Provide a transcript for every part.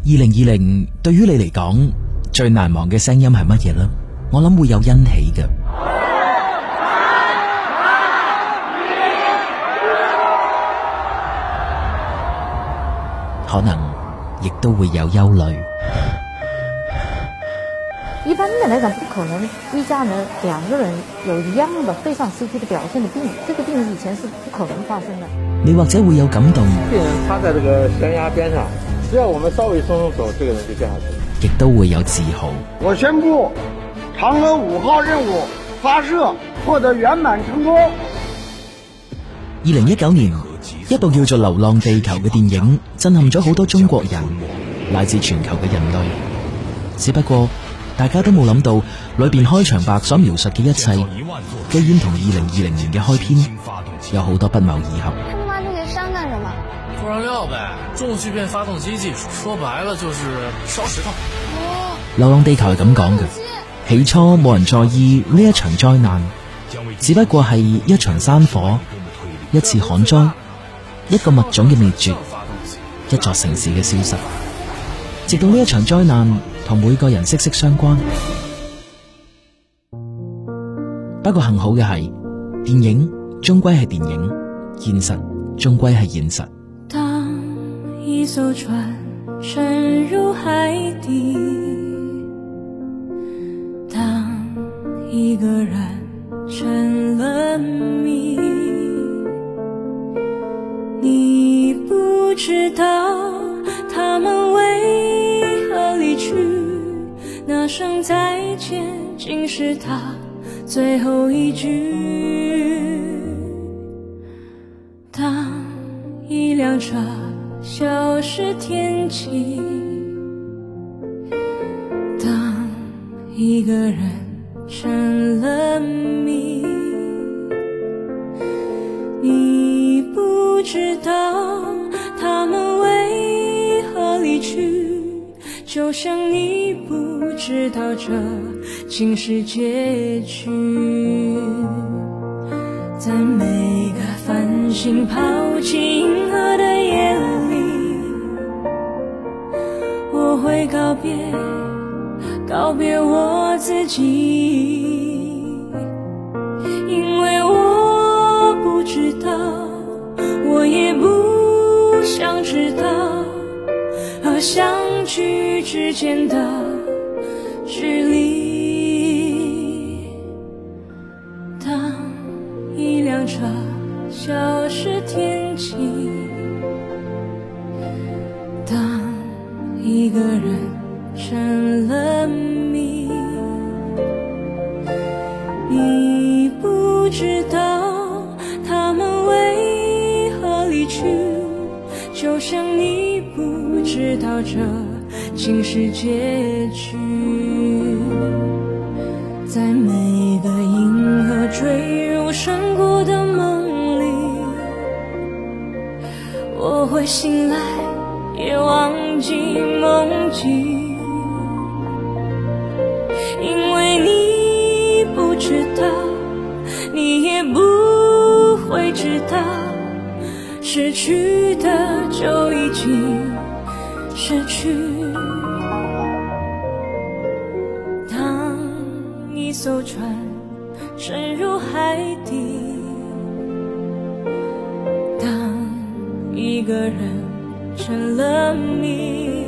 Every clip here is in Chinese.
2020對於你嚟講最難忘嘅聲音係乜嘢呢？我諗會有欣喜嘅，可能亦都會有憂慮。 一般的來講，不可能一家人兩個人有一樣的肺上失去的表現的病，這個病以前是不可能發生的。 你或者會有感動， 病人趴在這個懸崖邊上，只要我們稍微鬆鬆手，這個人就掉下去。 亦都會有自豪。 我宣布，嫦娥5號任務發射獲得圓滿成功。 2019年，一部叫做《流浪地球》嘅電影震撼咗好多中國人乃至全球嘅人類。只不過大家都冇諗到，裏邊開場白所描述嘅一切，居然同2020年嘅開篇有好多不謀而合。 他們挖這些山幹什麼？ 做燃料唄，重聚變發動機技術，說白了就是燒石頭。 流浪地球係咁講嘅，起初冇人在意呢一場災難，只不過係一場山火、一次旱災、一個物種嘅滅絕、一座城市嘅消失，直到呢一場災難同每個人息息相關。不過幸好嘅係，電影終歸係電影，現實終歸係現實。 當一艘船沉入海底，當一個人成了謎，你不知道他們為何離去，那聲再見竟是他最後一句。當一輛車消失天際，當一個人成了謎，你不知道他們為何離去，就像你不知道這竟是結局。在每個繁星拋棄銀河的夜裏，我會告別我自己，因為我不知道，我也不想知道，和相聚之間的距離。當一輛車消失天際，當一個人成了謎，你不知道他們為何離去，就像你不知道這竟是結局。在每個銀河墜入山谷的夢裡，我會醒來也忘記夢境，因為你不知道，你也不會知道，失去的就已經失去。當一艘船沉入海底，當一個人成了謎，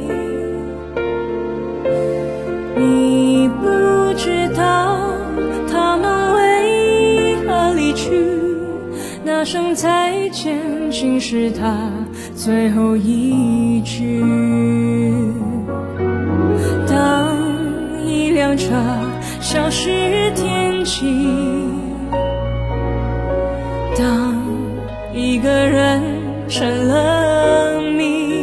你不知道他們為何離去，那聲再見竟是他最後一句。當一輛車消失天際，當一個人成了謎，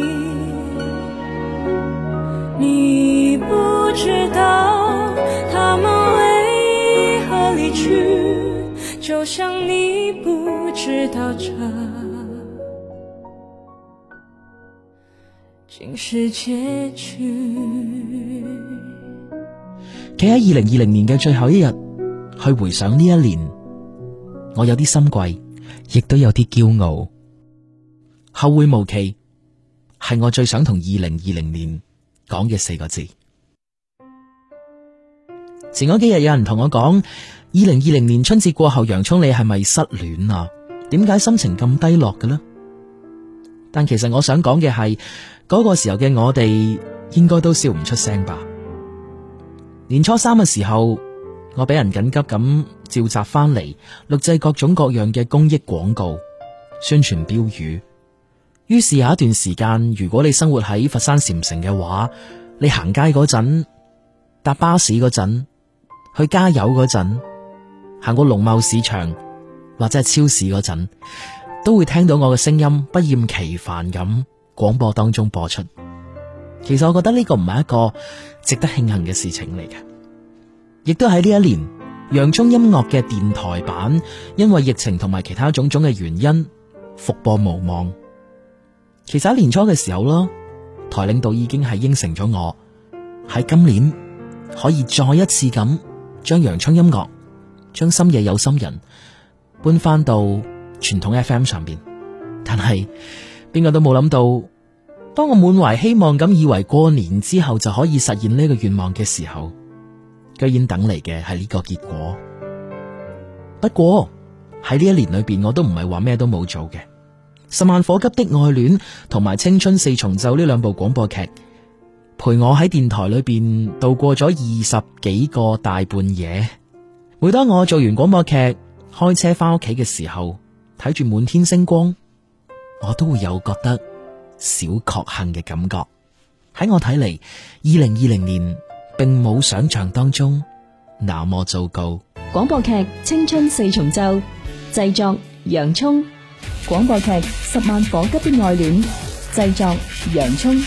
你不知道他們為何離去，就像你不知道這竟是結局。 企喺2020年嘅最後一日，去回想呢一年，我有啲心悸，亦都有啲驕傲。後會無期，係我最想同2020年講嘅4個字。前嗰幾日有人同我講，2020年春節過後，洋蔥你係咪失戀啊？點解心情咁低落嘅呢？但其實我想講嘅係，嗰個時候嘅我哋應該都笑唔出聲吧。年初3嘅時候，我俾人緊急咁召集翻嚟，錄製各種各樣嘅公益廣告、宣傳標語。於是有一段時間，如果你生活喺佛山禪城嘅話，你行街嗰陣、搭巴士嗰陣、去加油嗰陣、行過農貿市場或者係超市嗰陣，都會聽到我嘅聲音不厭其煩咁廣播當中播出。其實我覺得呢個唔係一個值得慶幸嘅事情嚟嘅，亦都喺呢一年，洋蔥音樂嘅電台版因為疫情同埋其他種種嘅原因復播無望。其實喺年初嘅時候啦，台領導已經係應承咗我喺今年可以再一次咁將洋蔥音樂、將深夜有心人搬翻到傳統 FM 上邊。但係邊個都冇諗到，當我滿懷希望咁以為過年之後就可以實現呢個願望嘅時候，居然等嚟嘅係呢個結果。不過喺呢一年裏邊，我都唔係話咩都冇做嘅。10萬火急的愛戀同埋青春4重奏呢2部廣播劇，陪我喺電台裏邊度過咗20幾個大半夜。每當我做完廣播劇，開車翻屋企嘅時候，睇住滿天星光，我都會有覺得小確幸嘅感覺。喺我睇嚟，2020年並冇想象當中那麼糟糕。 廣播劇《青春4重奏》，製作洋蔥；廣播劇《10萬火急的愛戀》，製作洋蔥。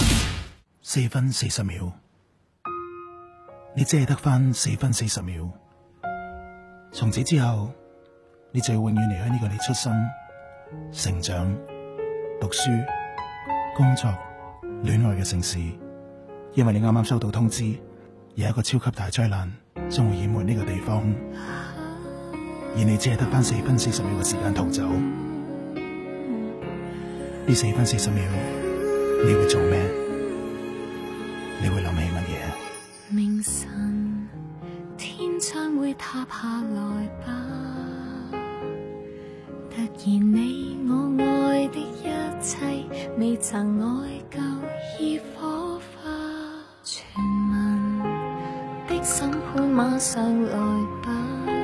4分40秒，你只係得翻4分40秒。從此之後，你就要永遠離開呢個你出生、成長、讀書、工作、戀愛嘅城市，因為你啱啱收到通知，有一個超級大災難將會淹沒呢個地方，而你只係得翻4分40秒嘅時間逃走。呢4分40秒，你會做咩？你會諗起乜嘢？ 明晨天將會塌下來吧，突然你我愛的一切未曾愛夠已火花，傳聞的審判馬上來吧，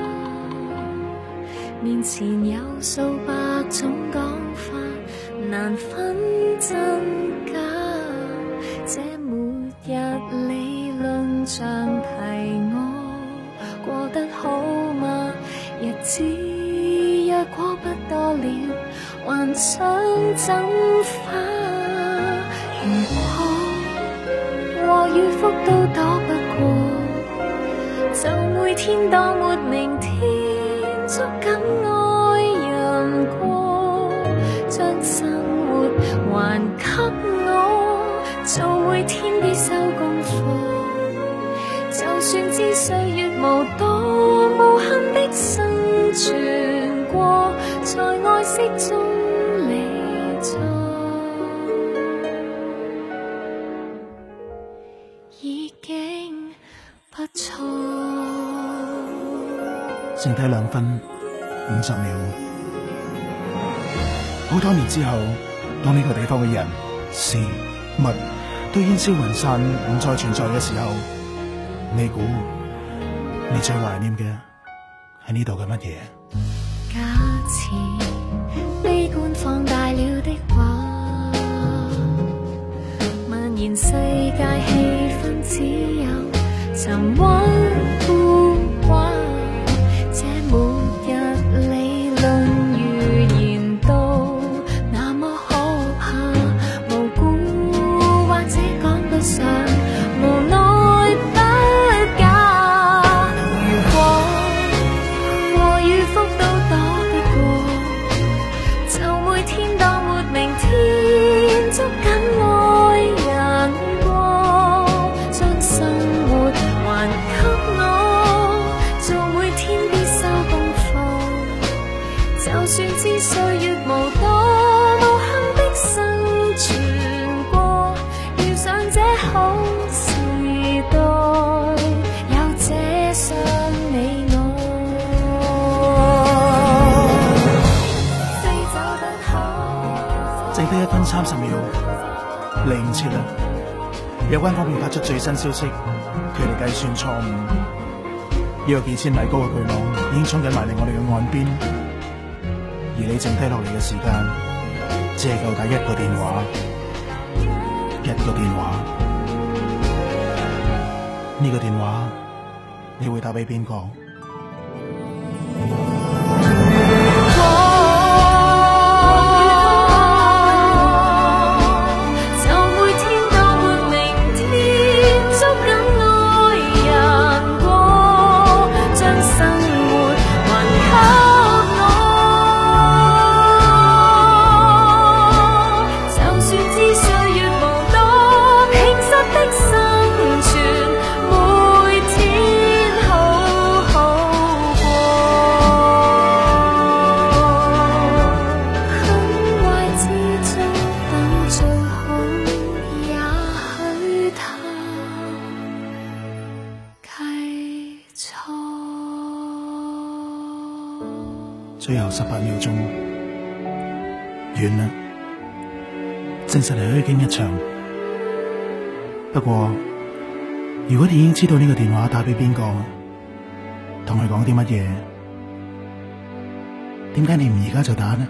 面前有數百種講法，難分真假，這末日理論像提我過得好嗎？日子若果不多了，還想怎花？如果禍與福都躲不過，就每天當沒明天，捉緊愛人過，將生活還給我，做每天必修功課，就算知歲月無多，無憾的生存過，在愛惜中離座，已經不錯。 剩低2分50秒，好多年之後，當呢個地方嘅人、事、物都煙消雲散，唔再存在嘅時候，你估你最懷念嘅係呢度嘅乜嘢？ 假設悲觀放大了的話，蔓延世界氣氛只有沉穩固化，這末日理論預言到那麼可怕，無辜或者講不上，無奈不假。如果禍與福都躲不過， 30秒，嚟唔切啦。有關方面發出最新消息，佢哋計算錯誤。呢個幾千米高嘅巨浪已經衝緊埋嚟我哋嘅岸邊，而你剩低落嚟嘅時間，只係夠打一個電話，一個電話。呢個電話你會打俾邊個？最後18秒鐘，完啦，證實係虛驚一場。不過，如果你已經知道呢個電話打俾邊個，同佢講啲乜嘢，點解你唔而家就打呢？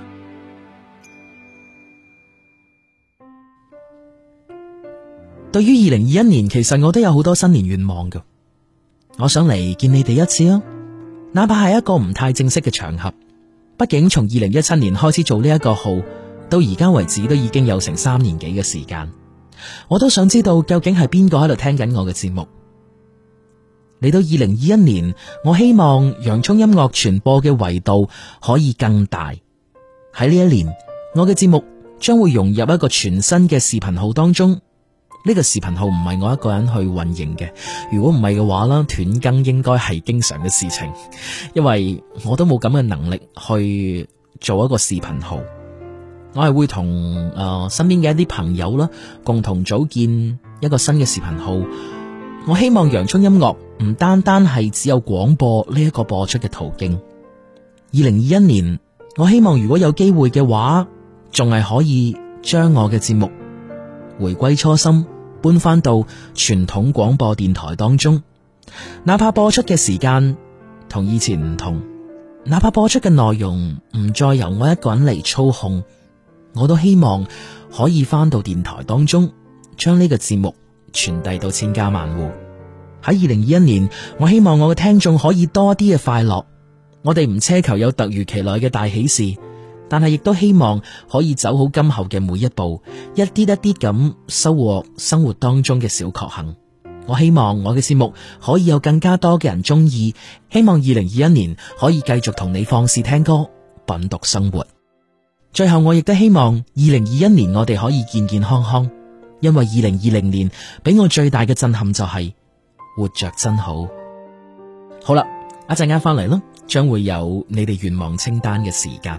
對於2021年，其實我都有好多新年願望㗎。我想嚟見你哋一次啊，哪怕係一個唔太正式嘅場合。畢竟從2017年開始做呢一個號，到而家為止都已經有成3年幾嘅時間。我都想知道究竟係邊個喺度聽緊我嘅節目。嚟到2021年，我希望洋蔥音樂傳播嘅維度可以更大。喺呢一年，我嘅節目將會融入一個全新嘅視頻號當中。呢個視頻號唔係我一個人去運營嘅，如果唔係嘅話啦，斷更應該係經常嘅事情，因為我都冇咁嘅能力去做一個視頻號。我係會同身邊嘅一啲朋友啦，共同組建一個新嘅視頻號。我希望洋蔥音樂唔單單係只有廣播呢一個播出嘅途徑。2021年，我希望如果有機會嘅話，仲係可以將我嘅節目回歸初心，搬翻到傳統廣播電台當中，哪怕播出嘅時間同以前唔同，哪怕播出嘅內容唔再由我一個人嚟操控，我都希望可以翻到電台當中，將呢個節目傳遞到千家萬戶。喺2021年，我希望我嘅聽眾可以多啲嘅快樂。我哋唔奢求有突如其來嘅大喜事，但係亦都希望可以走好今後嘅每一步，一啲一啲咁收穫生活當中嘅小確幸。我希望我嘅節目可以有更加多嘅人中意，希望2021年可以繼續同你放肆聽歌，品讀生活。最後我亦都希望2021年我哋可以健健康康，因為2020年俾我最大嘅震撼就係活着真好。好啦，一陣間翻嚟啦，將會有你哋願望清單嘅時間。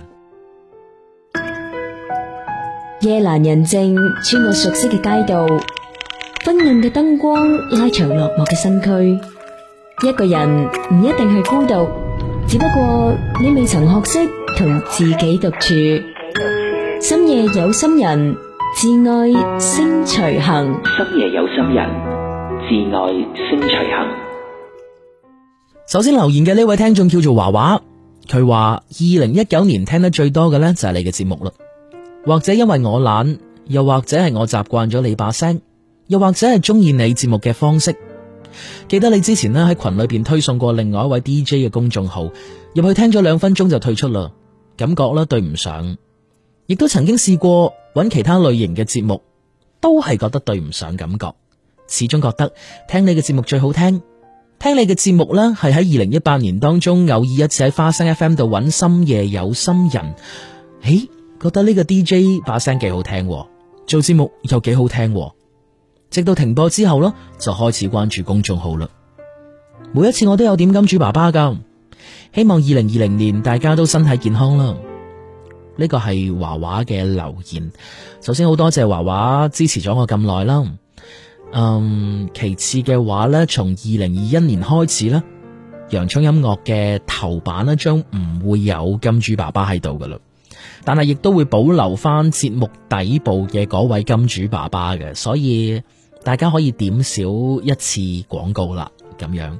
夜闌人靜，穿過熟悉嘅街道，昏暗嘅燈光拉長落寞嘅身軀。一個人唔一定係孤獨，只不過你未曾學識同自己獨處。深夜有心人，至愛星隨行。 深夜有心人，至愛星隨行。 首先留言嘅呢位聽眾叫做華華，佢話2019年聽得最多嘅呢就係你嘅節目啦。或者因為我懶，又或者係我習慣咗你把聲，又或者係中意你節目嘅方式。記得你之前呢喺群裏邊推送過另外一位 DJ 嘅公眾號，入去聽咗2分鐘就退出啦，感覺咧對唔上。亦都曾經試過揾其他類型嘅節目，都係覺得對唔上感覺。始終覺得聽你嘅節目最好聽。聽你嘅節目呢係喺2018年當中偶爾一次喺花生 FM 度揾深夜有心人，覺得呢個 DJ 把聲幾好聽，做節目又幾好聽。直到停播之後呢，就開始關注公眾號啦。每一次我都有點金主爸爸噶，希望2020年大家都身體健康啦。呢個係華華嘅留言。首先好多謝華華支持咗我咁耐啦。其次嘅話呢，從2021年開始呢，洋蔥音樂嘅頭版呢將唔會有金主爸爸喺度噶啦。 但係亦都會保留翻節目底部嘅嗰位金主爸爸嘅，所以大家可以點少一次廣告啦，咁樣。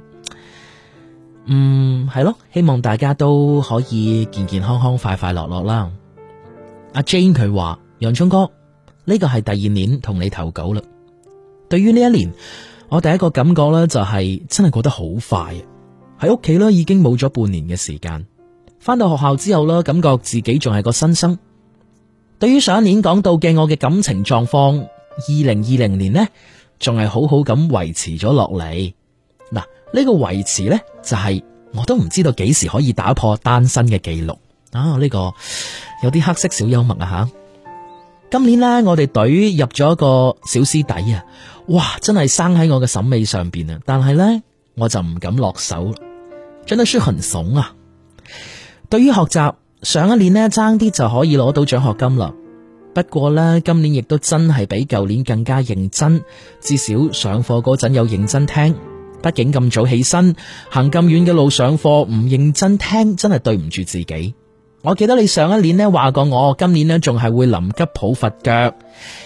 係咯，希望大家都可以健健康康、快快樂樂啦。阿 Jane 佢話：洋蔥哥，呢個係第2年同你投稿啦。對於呢一年，我第一個感覺呢就係真係過得好快。喺屋企呢已經冇咗半年嘅時間，翻到學校之後呢，感覺自己仲係個新生。對於上一年講到嘅我嘅感情狀況，2020年呢仲係好好咁維持咗落嚟。嗱，呢個維持呢就係我都唔知道幾時可以打破單身嘅記錄啊！呢個有啲黑色小幽默啊吓。今年呢，我哋隊入咗一個小師弟啊，哇，真係生喺我嘅審美上邊啊！但係呢，我就唔敢落手，真係很慫啊！對於學習，上一年呢爭啲就可以攞到獎學金啦。不過呢，今年亦都真係比舊年更加認真，至少上課嗰陣有認真聽。畢竟咁早起身，行咁遠嘅路上課，唔認真聽，真係對唔住自己。我記得你上一年呢話過我，今年呢仲係會臨急抱佛腳。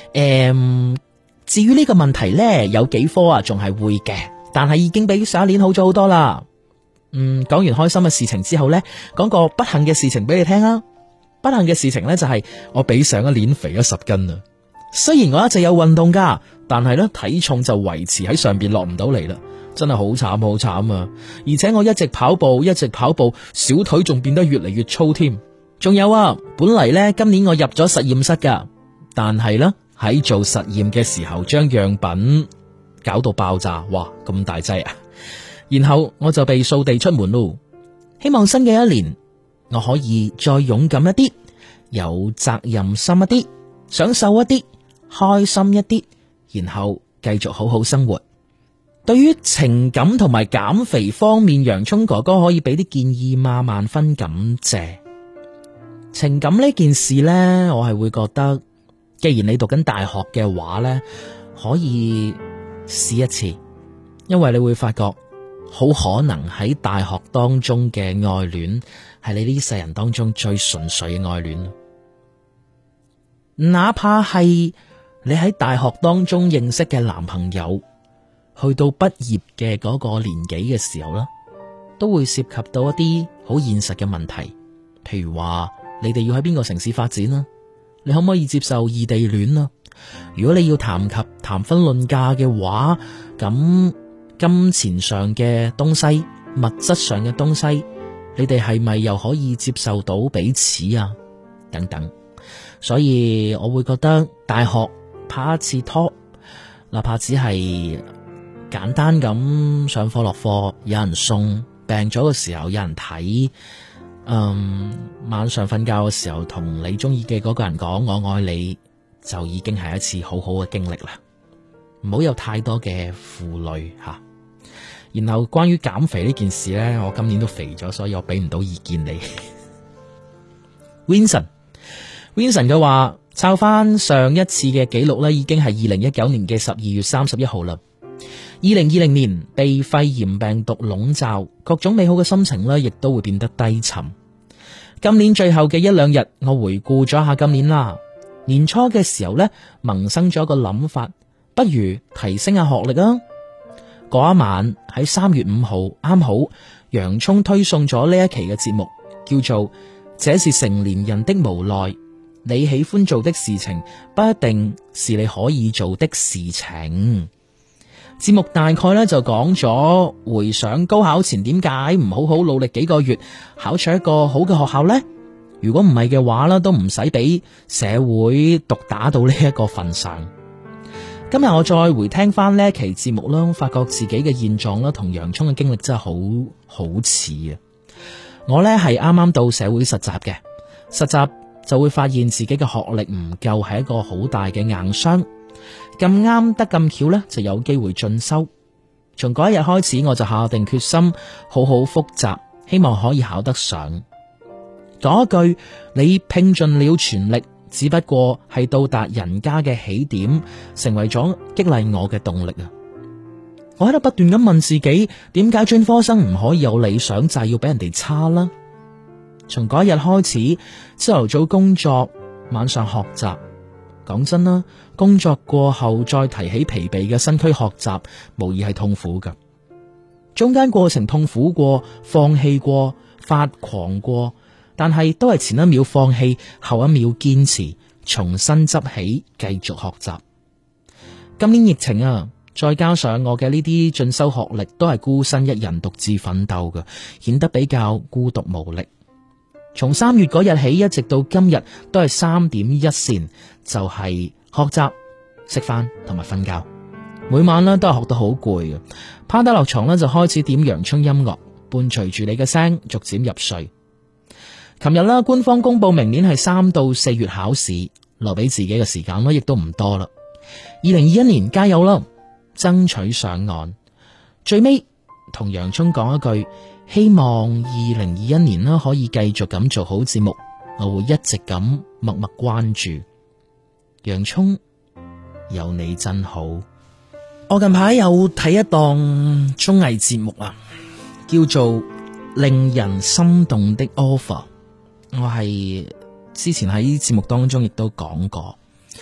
至於呢個問題呢，有幾科啊仲係會嘅，但係已經比上一年好咗好多啦。講完開心嘅事情之後呢，講個不幸嘅事情俾你聽啊。不幸嘅事情呢，就係我比上一年肥咗10斤啦。雖然我一直有運動噶，但係呢體重就維持喺上邊落唔到嚟啦。真係好慘好慘啊！而且我一直跑步，小腿仲變得越嚟越粗添。仲有啊，本嚟呢今年我入咗實驗室噶，但係呢喺做實驗嘅時候將樣品搞到爆炸，哇咁大劑啊！然後我就被掃地出門咯。希望新嘅一年我可以再勇敢一啲，有責任心一啲，想瘦一啲，開心一啲，然後繼續好好生活。對於情感同埋減肥方面，洋蔥哥哥可以俾啲建議嗎？萬分感謝。情感呢件事呢，我係會覺得，既然你讀緊大學嘅話呢，可以試一次，因為你會發覺好可能喺大學當中嘅愛戀係你呢世人當中最純粹嘅愛戀。哪怕係你喺大學當中認識嘅男朋友，去到畢業嘅嗰個年紀嘅時候啦，都會涉及到一啲好現實嘅問題，譬如話你哋要喺邊個城市發展啦，你可唔可以接受異地戀啦？如果你要談婚論嫁嘅話，咁金錢上嘅東西、物質上嘅東西，你哋係咪又可以接受到彼此啊？等等，所以我會覺得大學拍一次拖，哪怕只係簡單咁上課落課，有人送，病咗嘅時候有人睇，晚上瞓覺嘅時候同你中意嘅嗰個人講我愛你，就已經係一次好好嘅經歷啦。唔好有太多嘅負累吓。然後關於減肥呢件事呢，我今年都肥咗，所以我俾唔到意見你。Vincent 佢話抄翻上一次嘅記錄呢，已經係2019年嘅12月31號啦。2020年被肺炎病毒籠罩，各種美好嘅心情呢亦都會變得低沉。今年最後嘅一兩日，我回顧咗下今年啦。年初嘅時候呢，萌生咗一個諗法，不如提升下學歷啊。嗰一晚喺3月5號，啱好洋蔥推送咗呢一期嘅節目，叫做《這是成年人的無奈》，你喜歡做的事情不一定是你可以做的事情。節目大概呢就講咗回想高考前點解唔好好努力幾個月考取一個好嘅學校呢？如果唔係嘅話呢，都唔使俾社會毒打到呢一個份上。今日我再回聽翻呢一期節目啦，發覺自己嘅現狀啦同洋蔥嘅經歷真係好似啊！我呢係啱啱到社會實習嘅，實習就會發現自己嘅學歷唔夠，係一個好大嘅硬傷。咁啱得咁巧呢，就有機會進修。從嗰一日開始，我就下定決心好好複習，希望可以考得上。嗰一句你拼盡了全力，只不過係到達人家嘅起點，成為咗激勵我嘅動力啊！我喺度不斷咁問自己，點解專科生唔可以有理想，就係要俾人哋差啦？ 從嗰一日開始，朝頭早工作，晚上學習。講真啦，工作過後再提起疲憊嘅身軀學習，無疑係痛苦㗎。中間過程痛苦過，放棄過，發狂過，但係都係前一秒放棄，後一秒堅持，重新執起，繼續學習。今年疫情啊，再加上我嘅呢啲進修學歷都係孤身一人獨自奮鬥嘅，顯得比較孤獨無力。從3月嗰日起一直到今日都係3點一線，就係學習、食飯同埋瞓覺。每晚呢都係學到好攰嘅，趴低落床呢就開始點洋蔥音樂，伴隨住你嘅聲逐漸入睡。琴日啦，官方公布明年係3到4月考試，留俾自己嘅時間呢亦都唔多啦。2021年加油啦，爭取上岸。最尾同洋蔥講一句，希望2021年啦可以繼續咁做好節目，我會一直咁默默關注。洋蔥，有你真好。我近排有睇一檔綜藝節目啊，叫做令人心動的 offer。我係之前喺節目當中亦都講過，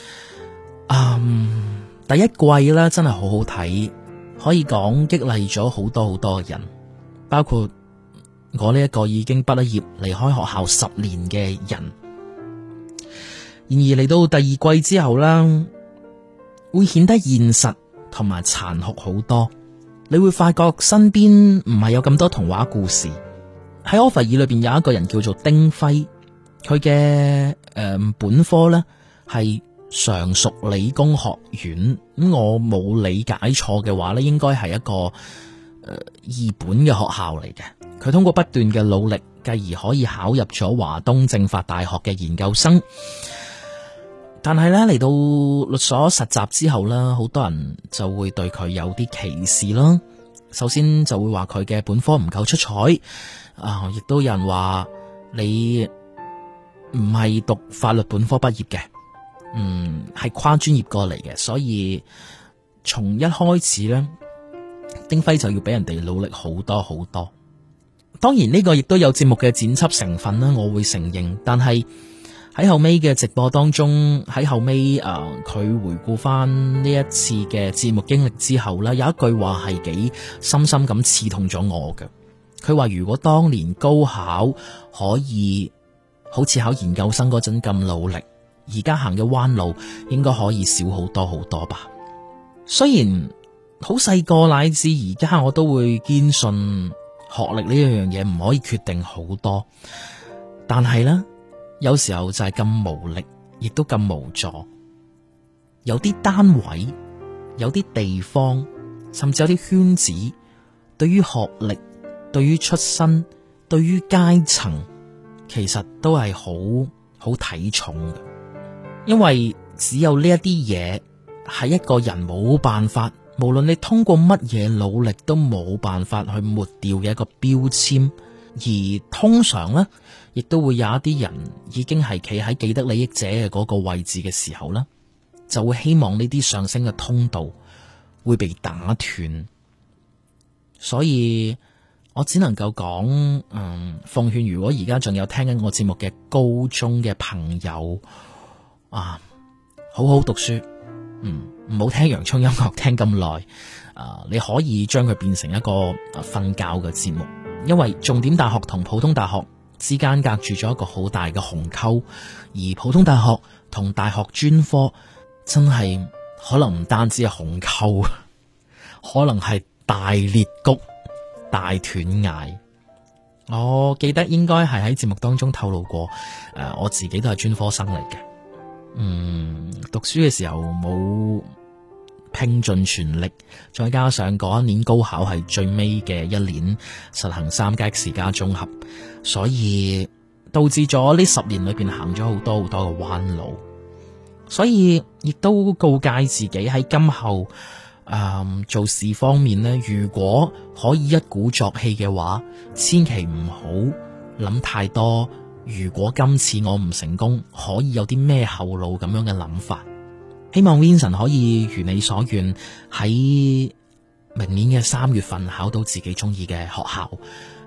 第一季啦真係好好睇，可以講激勵咗好多好多嘅人，包括我呢一個已經畢咗業離開學校10年嘅人。然而嚟到第二季之後啦，會顯得現實同埋殘酷好多。你會發覺身邊唔係有咁多童話故事。喺 offer 2裏邊有一個人叫做丁輝，佢嘅本科呢係常熟理工學院。咁我冇理解錯嘅話呢，應該係一個二本嘅學校嚟嘅。佢通過不斷嘅努力，繼而可以考入咗華東政法大學嘅研究生。但係咧嚟到律所實習之後啦，好多人就會對佢有啲歧視啦。首先就會話佢嘅本科唔夠出彩，亦都有人話你唔係讀法律本科畢業嘅，係跨專業過嚟嘅，所以從一開始咧，丁輝就要俾人哋努力好多好多。當然呢個亦都有節目嘅剪輯成分啦，我會承認，但係喺後尾嘅直播當中，喺後尾佢回顧翻呢一次嘅節目經歷之後呢，有一句話係幾深深咁刺痛咗我嘅。佢話如果當年高考可以好似考研究生嗰陣咁努力，而家行嘅彎路應該可以少好多好多吧。雖然好細個乃至而家我都會堅信學歷呢樣嘢唔可以決定好多，但係呢，有時候就係咁無力，亦都咁無助。有啲單位，有啲地方，甚至有啲圈子，對於學歷，對於出身，對於階層，其實都係好睇重嘅。因為只有呢一啲嘢係一個人冇辦法，無論你通過乜嘢努力都冇辦法去抹掉嘅一個標籤。而通常呢，亦都會有一啲人已經係企喺既得利益者嘅嗰個位置嘅時候呢，就會希望呢啲上升嘅通道會被打斷。所以我只能夠講，奉勸如果而家仲有聽緊我節目嘅高中嘅朋友好好讀書，唔好聽洋蔥音樂聽咁耐，你可以將佢變成一個瞓覺嘅節目。因為重點大學同普通大學之間隔住咗一個好大嘅鴻溝，而普通大學同大學專科真係可能唔單止係鴻溝，可能係大裂谷、大斷崖。我記得應該係喺節目當中透露過，我自己都係專科生嚟嘅。讀書嘅時候冇拼盡全力，再加上嗰一年高考係最尾嘅一年，實行3X加綜合，所以導致咗呢10年裏邊行咗好多好多嘅彎路。所以亦都告誡自己喺今後做事方面呢，如果可以一鼓作氣嘅話，千祈唔好諗太多。如果今次我唔成功，可以有啲咩後路咁樣嘅諗法。希望 Vincent 可以如你所願，喺明年嘅3月份考到自己中意嘅學校，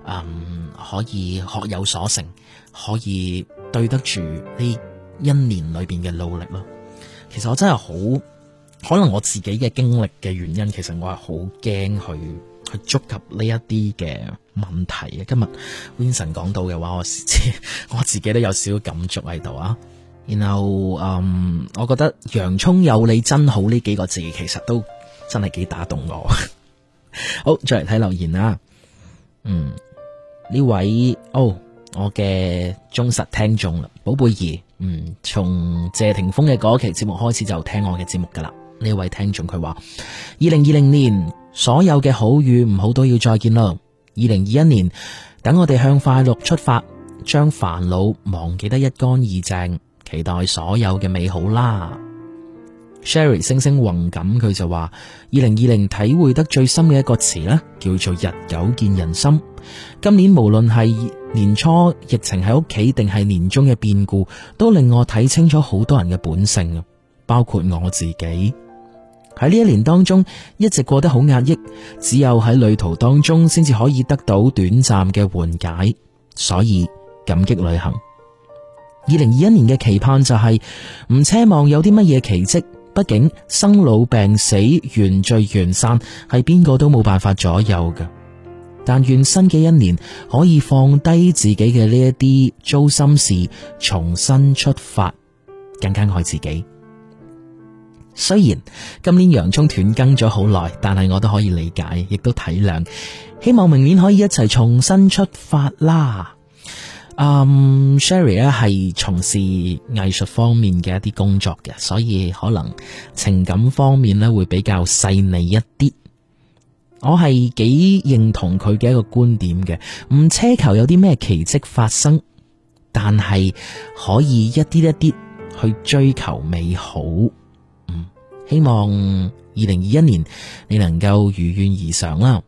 可以學有所成，可以對得住呢一年裏邊嘅努力咯。其實我真係好，可能我自己嘅經歷嘅原因，其實我係好驚去觸及呢一啲嘅問題嘅。今日 Vincent 講到嘅話，我自己都有少少感觸喺度啊。然後我覺得洋蔥有你真好呢幾個字，其實都真係幾打動我。好，再嚟睇留言啦。呢位我嘅忠實聽眾啦，寶貝兒，從謝霆鋒嘅嗰期節目開始就聽我嘅節目噶啦。呢位聽眾佢話，2020年所有嘅好與唔好都要再見啦。2021年，等我哋向快樂出發，將煩惱忘記得一乾二淨，期待所有嘅美好啦。Sherry 星星宏感佢就話，2020體會得最深嘅一個詞呢，叫做日久見人心。今年無論係年初疫情喺屋企，定係年中嘅變故，都令我睇清楚好多人嘅本性，包括我自己。喺呢一年當中，一直過得好壓抑，只有喺旅途當中先至可以得到短暫嘅緩解，所以感激旅行。2021年嘅期盼就係唔奢望有啲乜嘢奇蹟，畢竟生老病死、緣聚緣散係邊個都冇辦法左右嘅。但願新嘅一年可以放低自己嘅呢一啲糟心事，重新出發，更加愛自己。雖然今年洋蔥斷更咗好耐，但係我都可以理解，亦都體諒。希望明年可以一齊重新出發啦。Sherry 咧係從事藝術方面嘅一啲工作嘅，所以可能情感方面咧會比較細膩一啲。我係幾認同佢嘅一個觀點嘅，唔奢求有啲咩奇蹟發生，但係可以一啲一啲去追求美好。希望2021年你能夠如願以償啦。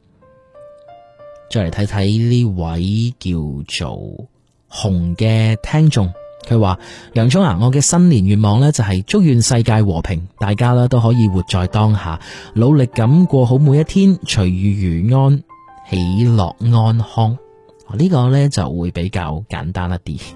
再嚟睇睇呢位叫做紅嘅聽眾，佢話洋蔥啊，我嘅新年願望呢，就係祝願世界和平，大家呢都可以活在當下，努力咁過好每一天，隨遇如安，喜樂安康。呢個呢就會比較簡單一啲。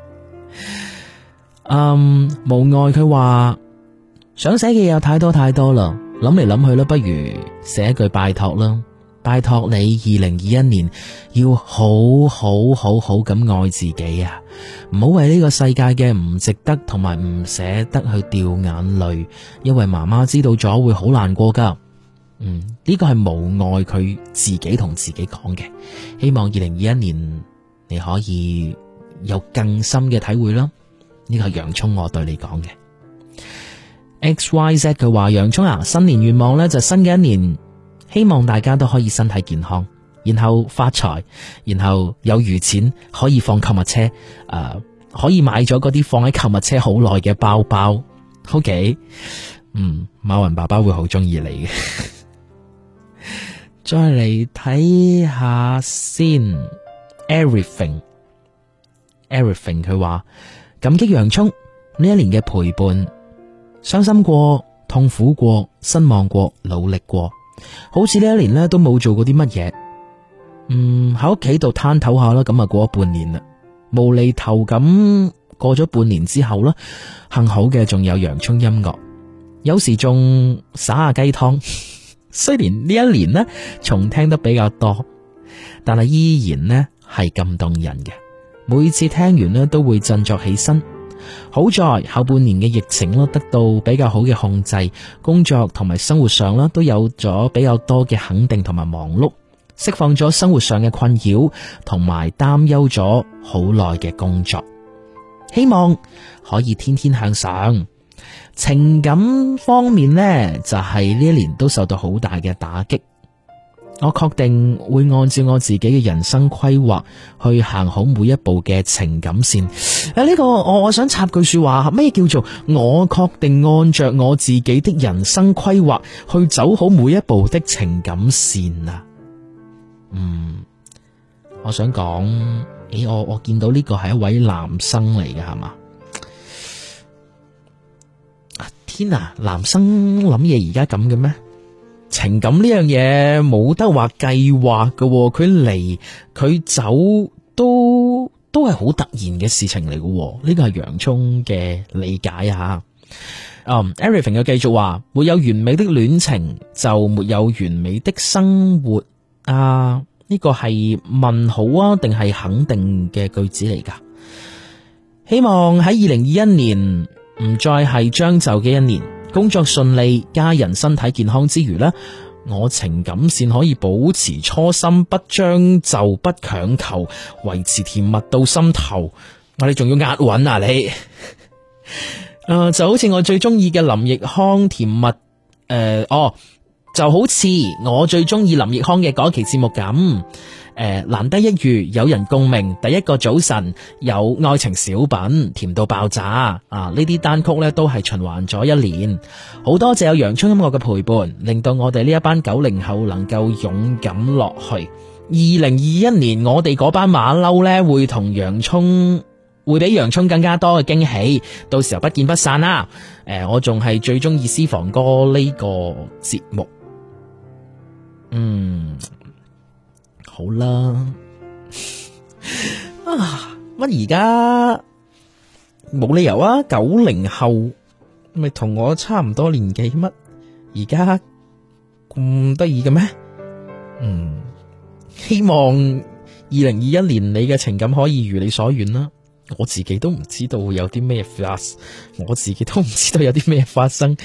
無礙佢話想寫嘅嘢有太多太多啦，諗嚟諗去啦，不如寫一句拜託啦。拜託你2021年要好咁愛自己啊！唔好為呢個世界嘅唔值得同埋唔捨得去掉眼淚，因為媽媽知道咗會好難過噶。呢個係無礙佢自己同自己講嘅。希望2021年你可以有更深嘅體會啦。呢個係洋蔥我對你講嘅。XYZ 佢話洋蔥啊，新年願望呢就新嘅一年。希望大家都可以身體健康，然後發財，然後有餘錢可以放購物車，可以買咗嗰啲放喺購物車好耐嘅包包。OK，馬雲爸爸會好中意你嘅。再嚟睇下先 ，Everything 佢話感激洋蔥呢一年嘅陪伴，傷心過，痛苦過，失望過，努力過。好似呢一年咧都冇做過啲乜嘢，喺屋企度攤唞下啦，咁啊過咗半年啦，無厘頭咁過咗半年之後啦，幸好嘅仲有洋蔥音樂，有時仲灑下雞湯。雖然呢一年呢重聽得比較多，但係依然呢係咁動人嘅，每次聽完呢都會振作起身。好在後半年嘅疫情得到比較好嘅控制，工作同埋生活上都有咗比較多嘅肯定同埋忙碌，釋放咗生活上嘅困擾同埋擔憂咗好耐嘅工作，希望可以天天向上。情感方面呢，就係呢一年都受到好大嘅打擊，我確定會按照我自己嘅人生規劃去行好每一步嘅情感線。呢個我想插句說話，咩叫做我確定按着我自己的人生規劃去走好每一步的情感線啊？我想講，我見到呢個係一位男生嚟嘅係嘛？天啊，男生諗嘢而家咁嘅咩？ 情感呢樣嘢冇得話計劃㗎喎，佢嚟佢走都係好突然嘅事情嚟㗎喎，呢個係洋蔥嘅理解啊。Everything 又繼續話，沒有完美的戀情就沒有完美的生活啊，呢個係問號啊定係肯定嘅句子嚟㗎？希望喺2021年唔再係將就嘅一年，工作順利，家人身體健康之餘呢，我情感線可以保持初心，不將就不強求，維持甜蜜到心頭。我哋仲要押韻啊你就好似我最中意嘅林奕匡甜蜜就好似我最中意林奕匡嘅嗰期節目咁，難得一遇有人共鳴，第一個早晨有愛情小品甜到爆炸啊！呢啲單曲呢都係循環咗一年，好多謝有洋蔥音樂嘅陪伴，令到我哋呢一班90後能夠勇敢落去。2021年我哋嗰班馬騮呢會比洋蔥更加多嘅驚喜，到時候不見不散啦！我仲係最中意私房歌呢個節目。好啦，乜而家冇理由啊？90後咪同我差唔多年紀，乜而家咁得意嘅咩？希望2021年你嘅情感可以如你所願啦。我自己都唔知道會有啲咩發生。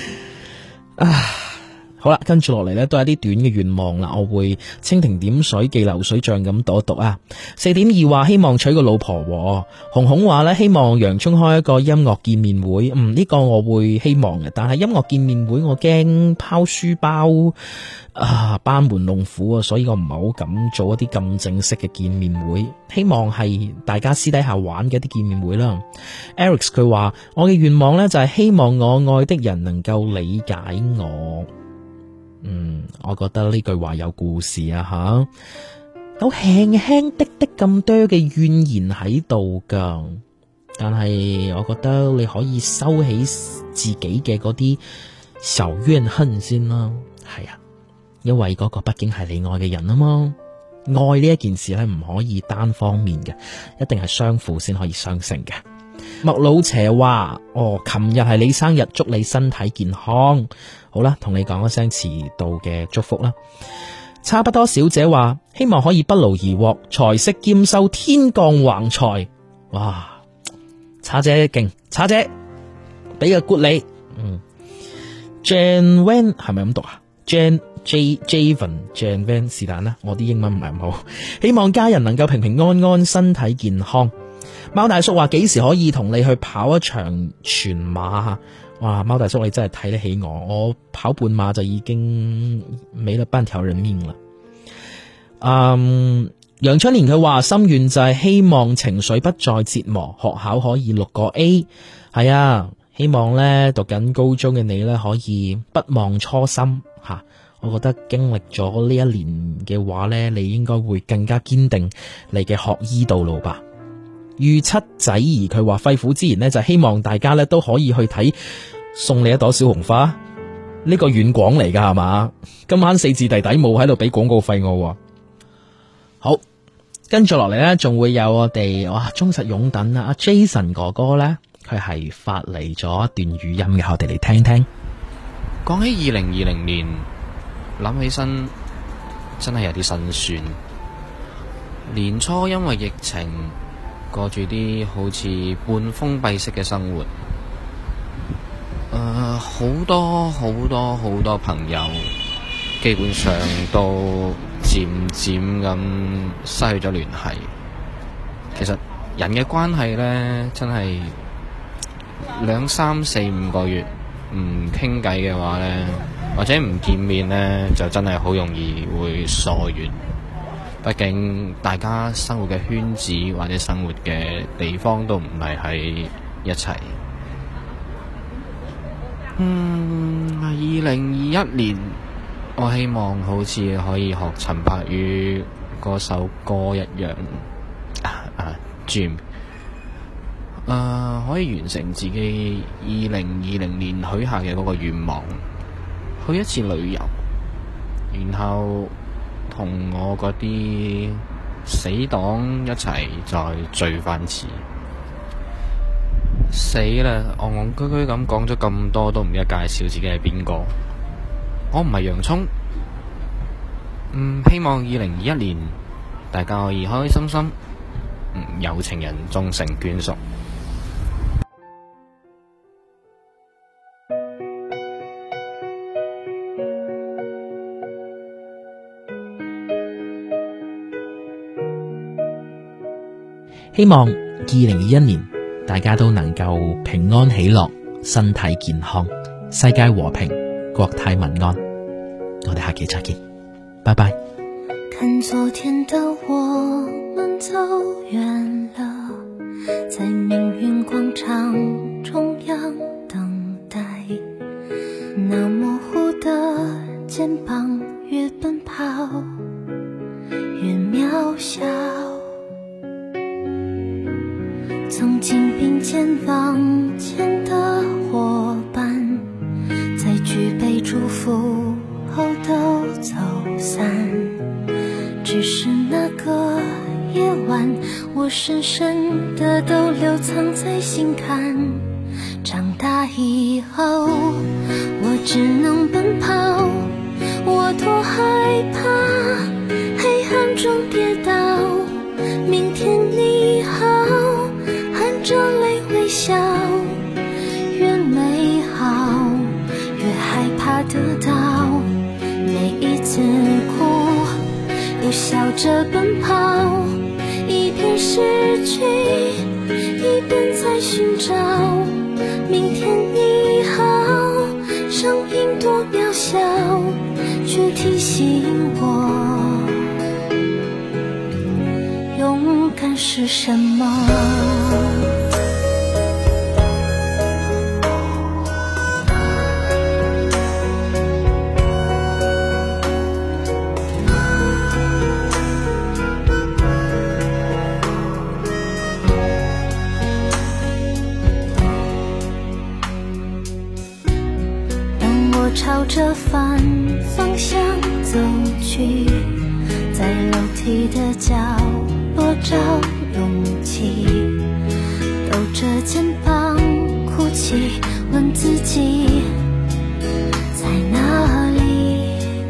好啦，跟住落嚟呢都係啲短嘅願望啦，我會蜻蜓點水記流水賬咁讀一讀啊。4.2話希望娶個老婆喎。紅紅話呢希望洋蔥開一個音樂見面會，呢個我會希望嘅，但係音樂見面會我驚拋書包班門弄斧啊，所以我唔係好敢做一啲咁正式嘅見面會，希望係大家私底下玩嘅一啲見面會啦。Eric 佢話我嘅願望呢就係希望我愛的人能夠理解我。我覺得呢句話有故事啊吓，有輕輕的咁多嘅怨言喺度噶，但係我覺得你可以收起自己嘅嗰啲小怨恨先啦。係啊，因為嗰個畢竟係你愛嘅人啊嘛，愛呢一件事咧唔可以單方面嘅，一定係相輔先可以相成嘅。麥老邪話琴日係你生日，祝你身體健康。好啦，同你講一聲遲到嘅祝福啦。差不多小姐話希望可以不勞而獲，財色兼收，天降橫財。哇，叉姐勁，叉姐俾個 good 你。Jan Van 係咪咁讀啊？ Jan Van 是但啦，我啲英文唔係咁好。希望家人能夠平平安安，身體健康。貓大叔話幾時可以同你去跑一場全馬？哇，貓大叔你真係睇得起我跑半馬就已經沒了半條人命啦。楊春蓮佢話心願就係希望情緒不再折磨，學考可以6個 A。 係啊，希望呢讀緊高中嘅你呢可以不忘初心吓。我覺得經歷咗呢一年嘅話呢，你應該會更加堅定你嘅學醫道路吧。御七仔兒佢話肺腑之言呢，就希望大家呢都可以去睇送你一朵小紅花呢個軟廣嚟噶係嘛？今晚4字弟弟冇喺度俾廣告費我。好，跟住落嚟呢，仲會有我哋忠實擁躉阿 Jason 哥哥呢，佢係發嚟咗一段語音嘅，我哋嚟聽聽。 講起2020年，諗起身真係有啲辛酸。年初因為疫情過住啲好似半封閉式嘅生活，好多朋友基本上都漸漸咁失去咗聯繫。其實人嘅關係呢，真係2、3、4、5個月唔傾偈嘅話呢，或者唔見面呢，就真係好容易會疏遠。畢竟大家生活嘅圈子或者生活嘅地方都唔係喺一齊。2021年我希望好似可以學陳柏宇嗰首歌一樣，Dream，可以完成自己2020年許下嘅嗰個願望，去一次旅遊， 然後同我嗰啲死黨一齊再聚翻次。死啦！戇戇居居咁講咗咁多，都唔記得介紹自己係邊個。我唔係洋葱。希望2021年大家可以開開心心，有情人終成眷屬。 希望2021年大家都能夠平安喜樂，身體健康，世界和平，國泰民安。我哋下期再見，拜拜。 看昨天的我們走遠了，在命運廣場中央等待，那模糊的肩膀越奔跑越渺小，曾經並肩往前的夥伴，在舉杯祝福後都走散，只是那個夜晚，我深深的都留藏在心坎。長大以後我只能奔跑，我多害怕黑暗中跌倒，明天你好，含着淚微笑，越美好越害怕得到，每一次哭又笑着奔跑，一邊失去一邊在尋找，明天你好，聲音多渺小，卻提醒我勇敢是什麼。朝着反方向走去，在樓梯的角落找勇氣，抖着肩膀哭泣，問自己在哪裡，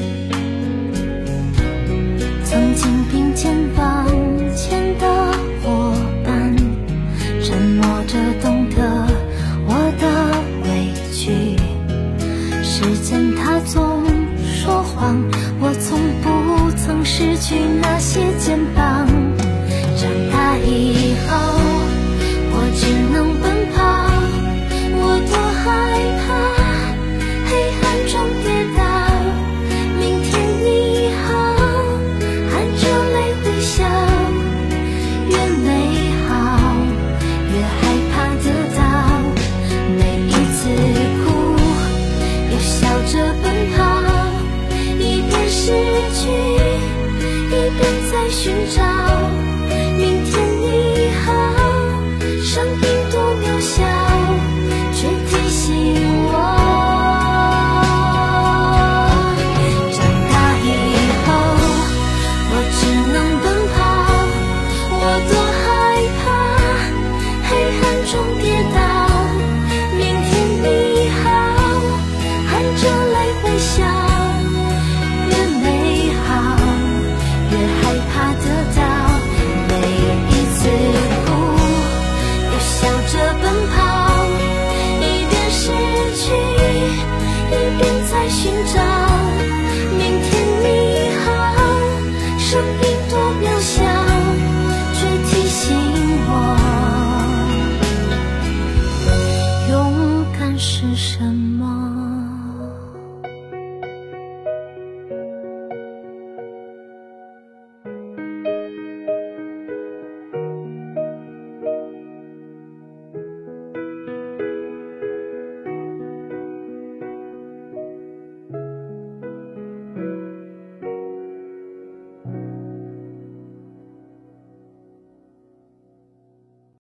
曾經並肩往前的夥伴，沉默着懂得我的委屈，時間它總說謊，我從不曾失去那些肩膀。長大以後我只能奔跑，我多害怕黑暗中跌倒，明天你好，含着淚微笑，越美好越害怕得到，每一次哭笑着奔跑，一邊失去一邊在尋找，明天你好，聲音多渺小，卻提醒我長大以後我只能奔跑，我多害怕黑暗中跌倒，明天你好，含着淚微笑，越美好越害怕得到，每一次哭又笑着奔跑，一邊失去一邊在尋找，明天你好，聲音多渺小，卻提醒我勇敢是什麼。